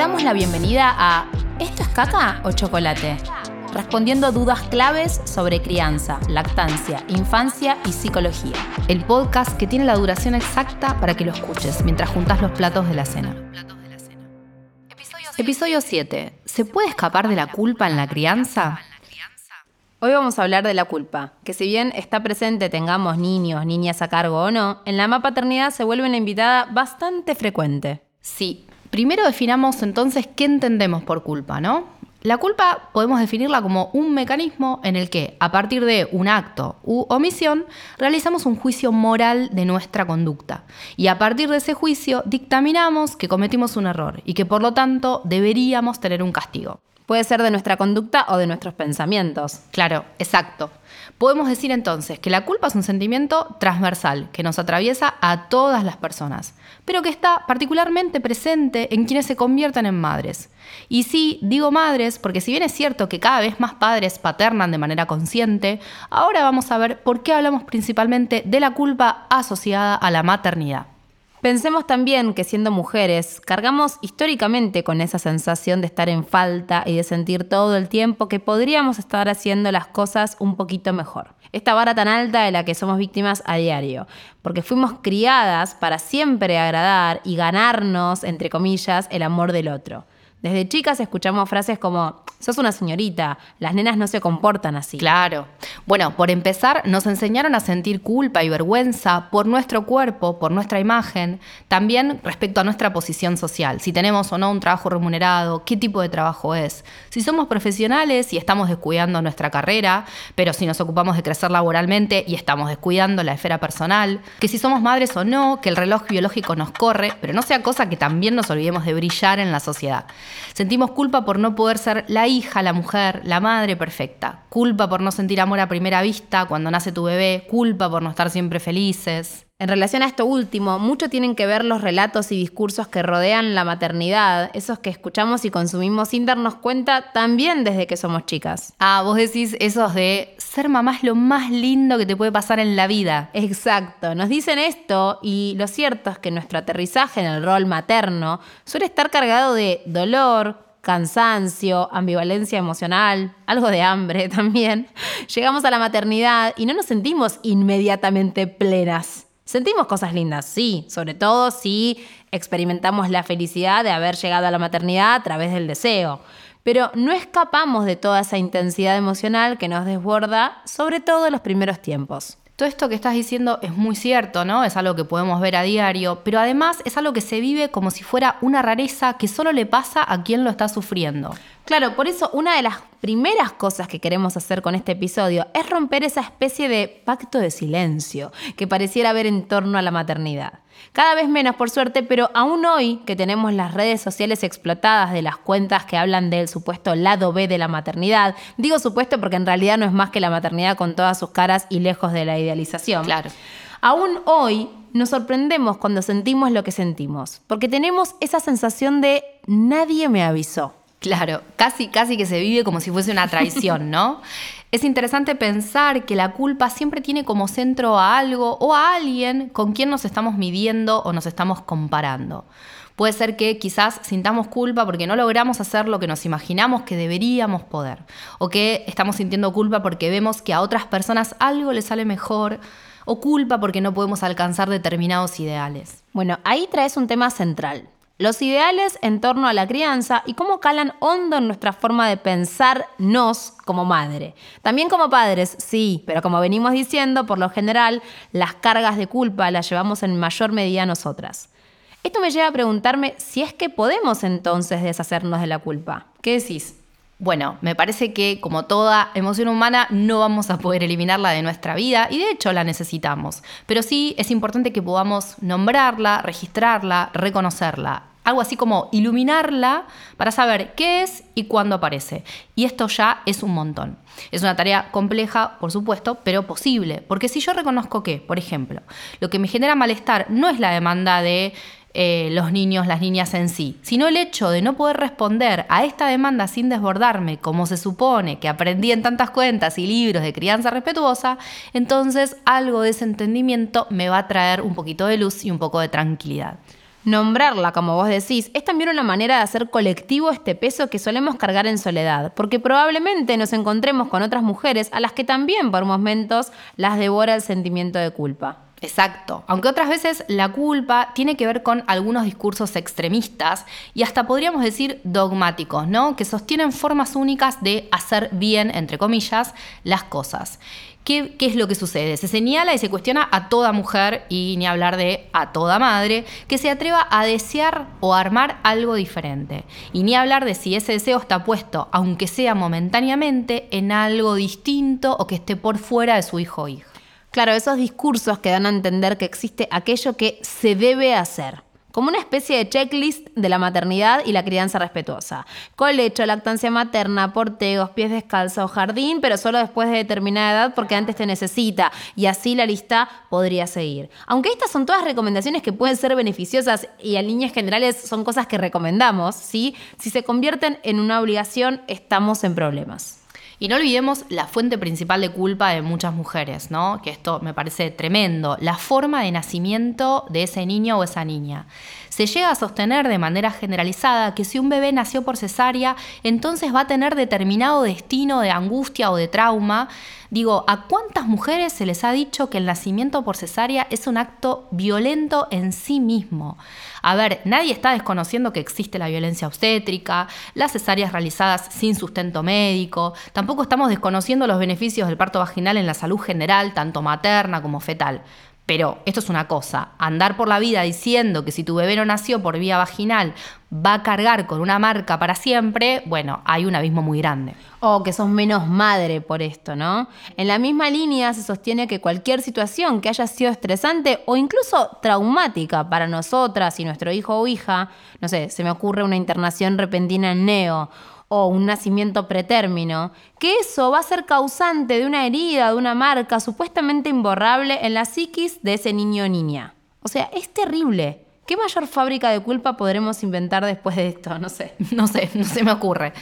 damos la bienvenida a ¿Esto es caca o chocolate? Respondiendo dudas claves sobre crianza, lactancia, infancia y psicología. El podcast que tiene la duración exacta para que lo escuches mientras juntas los platos de la cena. Episodio 7. ¿Se puede escapar de la culpa en la crianza? Hoy vamos a hablar de la culpa, que si bien está presente tengamos niños, niñas a cargo o no, en la maternidad se vuelve una invitada bastante frecuente. Sí, primero definamos entonces qué entendemos por culpa, ¿no? La culpa podemos definirla como un mecanismo en el que, a partir de un acto u omisión, realizamos un juicio moral de nuestra conducta. Y a partir de ese juicio dictaminamos que cometimos un error y que por lo tanto deberíamos tener un castigo. Puede ser de nuestra conducta o de nuestros pensamientos. Claro, exacto. Podemos decir entonces que la culpa es un sentimiento transversal que nos atraviesa a todas las personas, pero que está particularmente presente en quienes se convierten en madres. Y sí, digo madres porque si bien es cierto que cada vez más padres paternan de manera consciente, ahora vamos a ver por qué hablamos principalmente de la culpa asociada a la maternidad. Pensemos también que siendo mujeres, cargamos históricamente con esa sensación de estar en falta y de sentir todo el tiempo que podríamos estar haciendo las cosas un poquito mejor. Esta vara tan alta de la que somos víctimas a diario, porque fuimos criadas para siempre agradar y ganarnos, entre comillas, el amor del otro. Desde chicas escuchamos frases como, sos una señorita, las nenas no se comportan así. Claro. Bueno, por empezar, nos enseñaron a sentir culpa y vergüenza por nuestro cuerpo, por nuestra imagen, también respecto a nuestra posición social, si tenemos o no un trabajo remunerado, qué tipo de trabajo es, si somos profesionales y estamos descuidando nuestra carrera, pero si nos ocupamos de crecer laboralmente y estamos descuidando la esfera personal, que si somos madres o no, que el reloj biológico nos corre, pero no sea cosa que también nos olvidemos de brillar en la sociedad. Sentimos culpa por no poder ser la hija, la mujer, la madre perfecta. Culpa por no sentir amor a primera vista cuando nace tu bebé. Culpa por no estar siempre felices. En relación a esto último, mucho tienen que ver los relatos y discursos que rodean la maternidad, esos que escuchamos y consumimos sin darnos cuenta también desde que somos chicas. Ah, vos decís esos de ser mamá es lo más lindo que te puede pasar en la vida. Exacto, nos dicen esto y lo cierto es que nuestro aterrizaje en el rol materno suele estar cargado de dolor, cansancio, ambivalencia emocional, algo de hambre también. Llegamos a la maternidad y no nos sentimos inmediatamente plenas. Sentimos cosas lindas, sí, sobre todo si experimentamos la felicidad de haber llegado a la maternidad a través del deseo. Pero no escapamos de toda esa intensidad emocional que nos desborda, sobre todo en los primeros tiempos. Todo esto que estás diciendo es muy cierto, ¿no? Es algo que podemos ver a diario, pero además es algo que se vive como si fuera una rareza que solo le pasa a quien lo está sufriendo. Claro, por eso una de las primeras cosas que queremos hacer con este episodio es romper esa especie de pacto de silencio que pareciera haber en torno a la maternidad. Cada vez menos, por suerte, pero aún hoy que tenemos las redes sociales explotadas de las cuentas que hablan del supuesto lado B de la maternidad, digo supuesto porque en realidad no es más que la maternidad con todas sus caras y lejos de la idealización. Claro. Aún hoy nos sorprendemos cuando sentimos lo que sentimos, porque tenemos esa sensación de nadie me avisó. Claro, casi que se vive como si fuese una traición, ¿no? Es interesante pensar que la culpa siempre tiene como centro a algo o a alguien con quien nos estamos midiendo o nos estamos comparando. Puede ser que quizás sintamos culpa porque no logramos hacer lo que nos imaginamos que deberíamos poder, o que estamos sintiendo culpa porque vemos que a otras personas algo les sale mejor, o culpa porque no podemos alcanzar determinados ideales. Bueno, ahí traes un tema central. Los ideales en torno a la crianza y cómo calan hondo en nuestra forma de pensarnos como madre. También como padres, sí, pero como venimos diciendo, por lo general, las cargas de culpa las llevamos en mayor medida nosotras. Esto me lleva a preguntarme si es que podemos entonces deshacernos de la culpa. ¿Qué decís? Bueno, me parece que como toda emoción humana no vamos a poder eliminarla de nuestra vida y de hecho la necesitamos. Pero sí es importante que podamos nombrarla, registrarla, reconocerla. Algo así como iluminarla para saber qué es y cuándo aparece. Y esto ya es un montón. Es una tarea compleja, por supuesto, pero posible. Porque si yo reconozco que, por ejemplo, lo que me genera malestar no es la demanda de los niños, las niñas en sí, sino el hecho de no poder responder a esta demanda sin desbordarme, como se supone que aprendí en tantas cuentas y libros de crianza respetuosa, entonces algo de ese entendimiento me va a traer un poquito de luz y un poco de tranquilidad. Nombrarla, como vos decís, es también una manera de hacer colectivo este peso que solemos cargar en soledad, porque probablemente nos encontremos con otras mujeres a las que también por momentos las devora el sentimiento de culpa. Exacto, aunque otras veces la culpa tiene que ver con algunos discursos extremistas y hasta podríamos decir dogmáticos, ¿no? Que sostienen formas únicas de hacer bien, entre comillas, las cosas. ¿Qué es lo que sucede? Se señala y se cuestiona a toda mujer, y ni hablar de a toda madre, que se atreva a desear o armar algo diferente. Y ni hablar de si ese deseo está puesto, aunque sea momentáneamente, en algo distinto o que esté por fuera de su hijo o hija. Claro, esos discursos que dan a entender que existe aquello que se debe hacer, como una especie de checklist de la maternidad y la crianza respetuosa. Colecho, lactancia materna, porteos, pies descalzos, jardín, pero solo después de determinada edad porque antes te necesita. Y así la lista podría seguir. Aunque estas son todas recomendaciones que pueden ser beneficiosas y en líneas generales son cosas que recomendamos, ¿sí? Si se convierten en una obligación, estamos en problemas. Y no olvidemos la fuente principal de culpa de muchas mujeres, ¿no? Que esto me parece tremendo, la forma de nacimiento de ese niño o esa niña. Se llega a sostener de manera generalizada que si un bebé nació por cesárea, entonces va a tener determinado destino de angustia o de trauma. Digo, ¿a cuántas mujeres se les ha dicho que el nacimiento por cesárea es un acto violento en sí mismo? A ver, nadie está desconociendo que existe la violencia obstétrica, las cesáreas realizadas sin sustento médico, tampoco estamos desconociendo los beneficios del parto vaginal en la salud general, tanto materna como fetal. Pero esto es una cosa, andar por la vida diciendo que si tu bebé no nació por vía vaginal va a cargar con una marca para siempre, bueno, hay un abismo muy grande. O que sos menos madre por esto, ¿no? En la misma línea se sostiene que cualquier situación que haya sido estresante o incluso traumática para nosotras y nuestro hijo o hija, no sé, se me ocurre una internación repentina en neo o un nacimiento pretérmino, que eso va a ser causante de una herida, de una marca supuestamente imborrable en la psiquis de ese niño o niña. O sea, es terrible. ¿Qué mayor fábrica de culpa podremos inventar después de esto? No sé. No se me ocurre.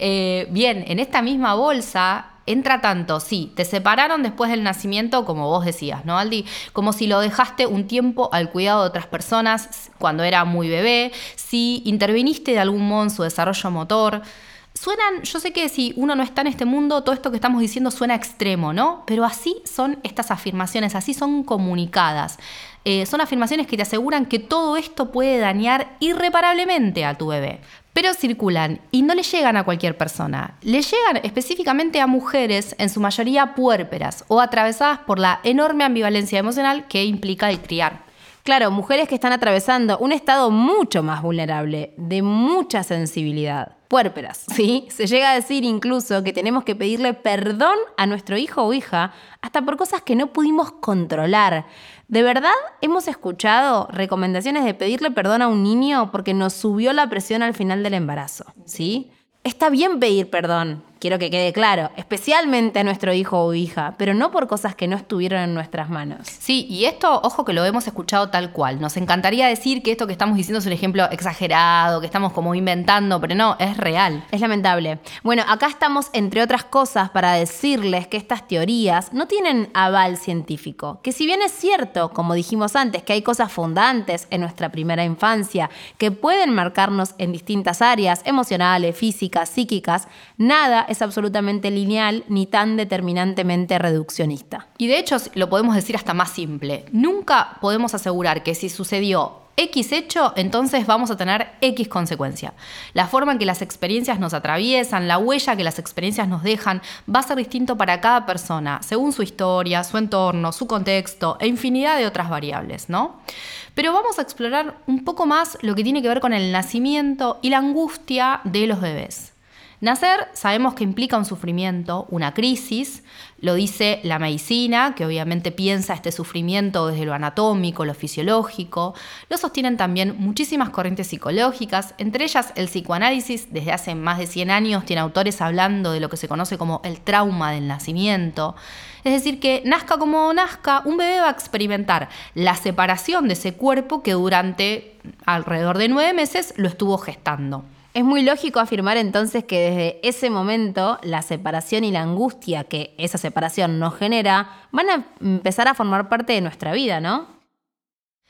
Bien, en esta misma bolsa entra tanto, sí, te separaron después del nacimiento, como vos decías, ¿no, Aldi? Como si lo dejaste un tiempo al cuidado de otras personas cuando era muy bebé, si interviniste de algún modo en su desarrollo motor. Suenan, yo sé que si uno no está en este mundo, todo esto que estamos diciendo suena extremo, ¿no? Pero así son estas afirmaciones, así son comunicadas. Son afirmaciones que te aseguran que todo esto puede dañar irreparablemente a tu bebé. Pero circulan y no le llegan a cualquier persona. Le llegan específicamente a mujeres, en su mayoría puérperas o atravesadas por la enorme ambivalencia emocional que implica el criar. Claro, mujeres que están atravesando un estado mucho más vulnerable, de mucha sensibilidad. Puérperas, ¿sí? Se llega a decir incluso que tenemos que pedirle perdón a nuestro hijo o hija hasta por cosas que no pudimos controlar. ¿De verdad hemos escuchado recomendaciones de pedirle perdón a un niño porque nos subió la presión al final del embarazo? ¿Sí? Está bien pedir perdón, quiero que quede claro, especialmente a nuestro hijo o hija, pero no por cosas que no estuvieron en nuestras manos. Sí, y esto, ojo que lo hemos escuchado tal cual. Nos encantaría decir que esto que estamos diciendo es un ejemplo exagerado, que estamos como inventando, pero no, es real. Es lamentable. Bueno, acá estamos, entre otras cosas, para decirles que estas teorías no tienen aval científico. Que si bien es cierto, como dijimos antes, que hay cosas fundantes en nuestra primera infancia que pueden marcarnos en distintas áreas, emocionales, físicas, psíquicas, nada es absolutamente lineal ni tan determinantemente reduccionista. Y de hecho lo podemos decir hasta más simple. Nunca podemos asegurar que si sucedió X hecho, entonces vamos a tener X consecuencia. La forma en que las experiencias nos atraviesan, la huella que las experiencias nos dejan, va a ser distinto para cada persona, según su historia, su entorno, su contexto e infinidad de otras variables, ¿no? Pero vamos a explorar un poco más lo que tiene que ver con el nacimiento y la angustia de los bebés. Nacer sabemos que implica un sufrimiento, una crisis, lo dice la medicina, que obviamente piensa este sufrimiento desde lo anatómico, lo fisiológico. Lo sostienen también muchísimas corrientes psicológicas, entre ellas el psicoanálisis, desde hace más de 100 años tiene autores hablando de lo que se conoce como el trauma del nacimiento. Es decir, que nazca como nazca, un bebé va a experimentar la separación de ese cuerpo que durante alrededor de 9 meses lo estuvo gestando. Es muy lógico afirmar entonces que desde ese momento la separación y la angustia que esa separación nos genera van a empezar a formar parte de nuestra vida, ¿no?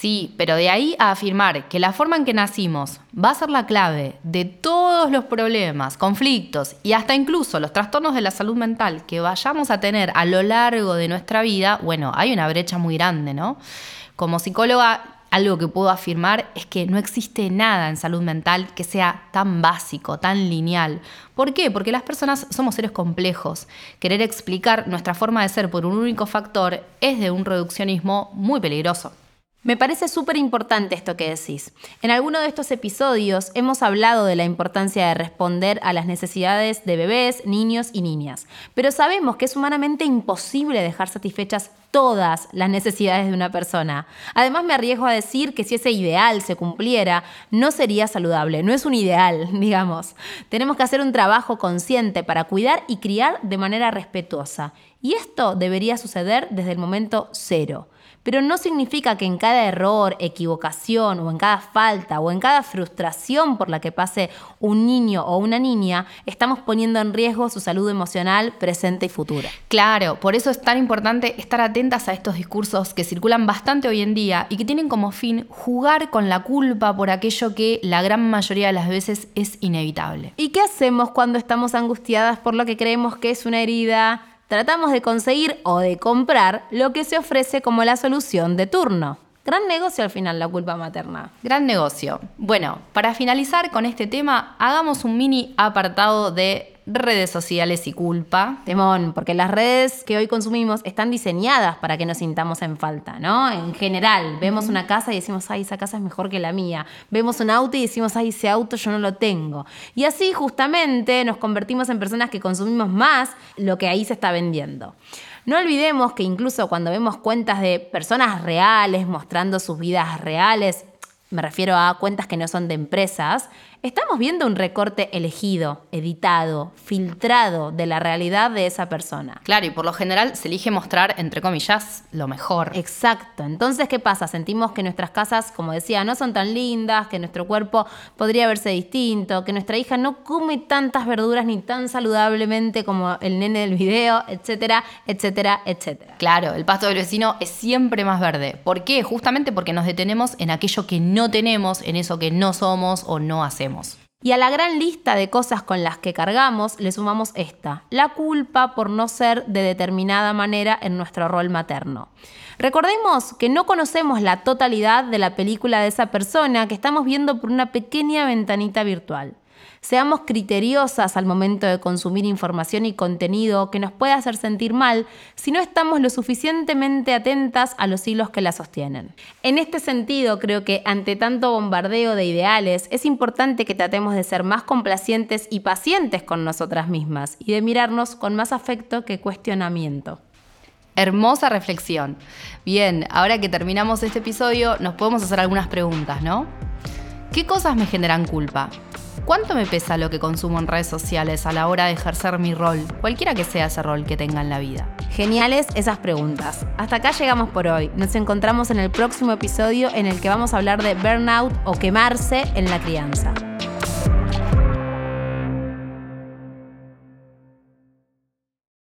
Sí, pero de ahí a afirmar que la forma en que nacimos va a ser la clave de todos los problemas, conflictos y hasta incluso los trastornos de la salud mental que vayamos a tener a lo largo de nuestra vida, bueno, hay una brecha muy grande, ¿no? Como psicóloga, algo que puedo afirmar es que no existe nada en salud mental que sea tan básico, tan lineal. ¿Por qué? Porque las personas somos seres complejos. Querer explicar nuestra forma de ser por un único factor es de un reduccionismo muy peligroso. Me parece súper importante esto que decís. En alguno de estos episodios hemos hablado de la importancia de responder a las necesidades de bebés, niños y niñas. Pero sabemos que es humanamente imposible dejar satisfechas todas las necesidades de una persona. Además, me arriesgo a decir que si ese ideal se cumpliera, no sería saludable. No es un ideal, digamos. Tenemos que hacer un trabajo consciente para cuidar y criar de manera respetuosa. Y esto debería suceder desde el momento cero. Pero no significa que en cada error, equivocación o en cada falta o en cada frustración por la que pase un niño o una niña, estamos poniendo en riesgo su salud emocional presente y futura. Claro, por eso es tan importante estar atentas a estos discursos que circulan bastante hoy en día y que tienen como fin jugar con la culpa por aquello que la gran mayoría de las veces es inevitable. ¿Y qué hacemos cuando estamos angustiadas por lo que creemos que es una herida? Tratamos de conseguir o de comprar lo que se ofrece como la solución de turno. Gran negocio al final la culpa materna. Gran negocio. Bueno, para finalizar con este tema, hagamos un mini apartado de redes sociales y culpa. Temón, porque las redes que hoy consumimos están diseñadas para que nos sintamos en falta, ¿no? En general, vemos una casa y decimos, ay, esa casa es mejor que la mía. Vemos un auto y decimos, ay, ese auto yo no lo tengo. Y así justamente nos convertimos en personas que consumimos más lo que ahí se está vendiendo. No olvidemos que incluso cuando vemos cuentas de personas reales mostrando sus vidas reales, me refiero a cuentas que no son de empresas, estamos viendo un recorte elegido, editado, filtrado de la realidad de esa persona. Claro, y por lo general se elige mostrar, entre comillas, lo mejor. Exacto. Entonces, ¿qué pasa? Sentimos que nuestras casas, como decía, no son tan lindas, que nuestro cuerpo podría verse distinto, que nuestra hija no come tantas verduras ni tan saludablemente como el nene del video, etcétera, etcétera, etcétera. Claro, el pasto del vecino es siempre más verde. ¿Por qué? Justamente porque nos detenemos en aquello que no tenemos, en eso que no somos o no hacemos. Y a la gran lista de cosas con las que cargamos le sumamos esta, la culpa por no ser de determinada manera en nuestro rol materno. Recordemos que no conocemos la totalidad de la película de esa persona que estamos viendo por una pequeña ventanita virtual. Seamos criteriosas al momento de consumir información y contenido que nos puede hacer sentir mal si no estamos lo suficientemente atentas a los hilos que la sostienen. En este sentido, creo que ante tanto bombardeo de ideales, es importante que tratemos de ser más complacientes y pacientes con nosotras mismas y de mirarnos con más afecto que cuestionamiento. Hermosa reflexión. Bien, ahora que terminamos este episodio, nos podemos hacer algunas preguntas, ¿no? ¿Qué cosas me generan culpa? ¿Cuánto me pesa lo que consumo en redes sociales a la hora de ejercer mi rol, cualquiera que sea ese rol que tenga en la vida? Geniales esas preguntas. Hasta acá llegamos por hoy. Nos encontramos en el próximo episodio en el que vamos a hablar de burnout o quemarse en la crianza.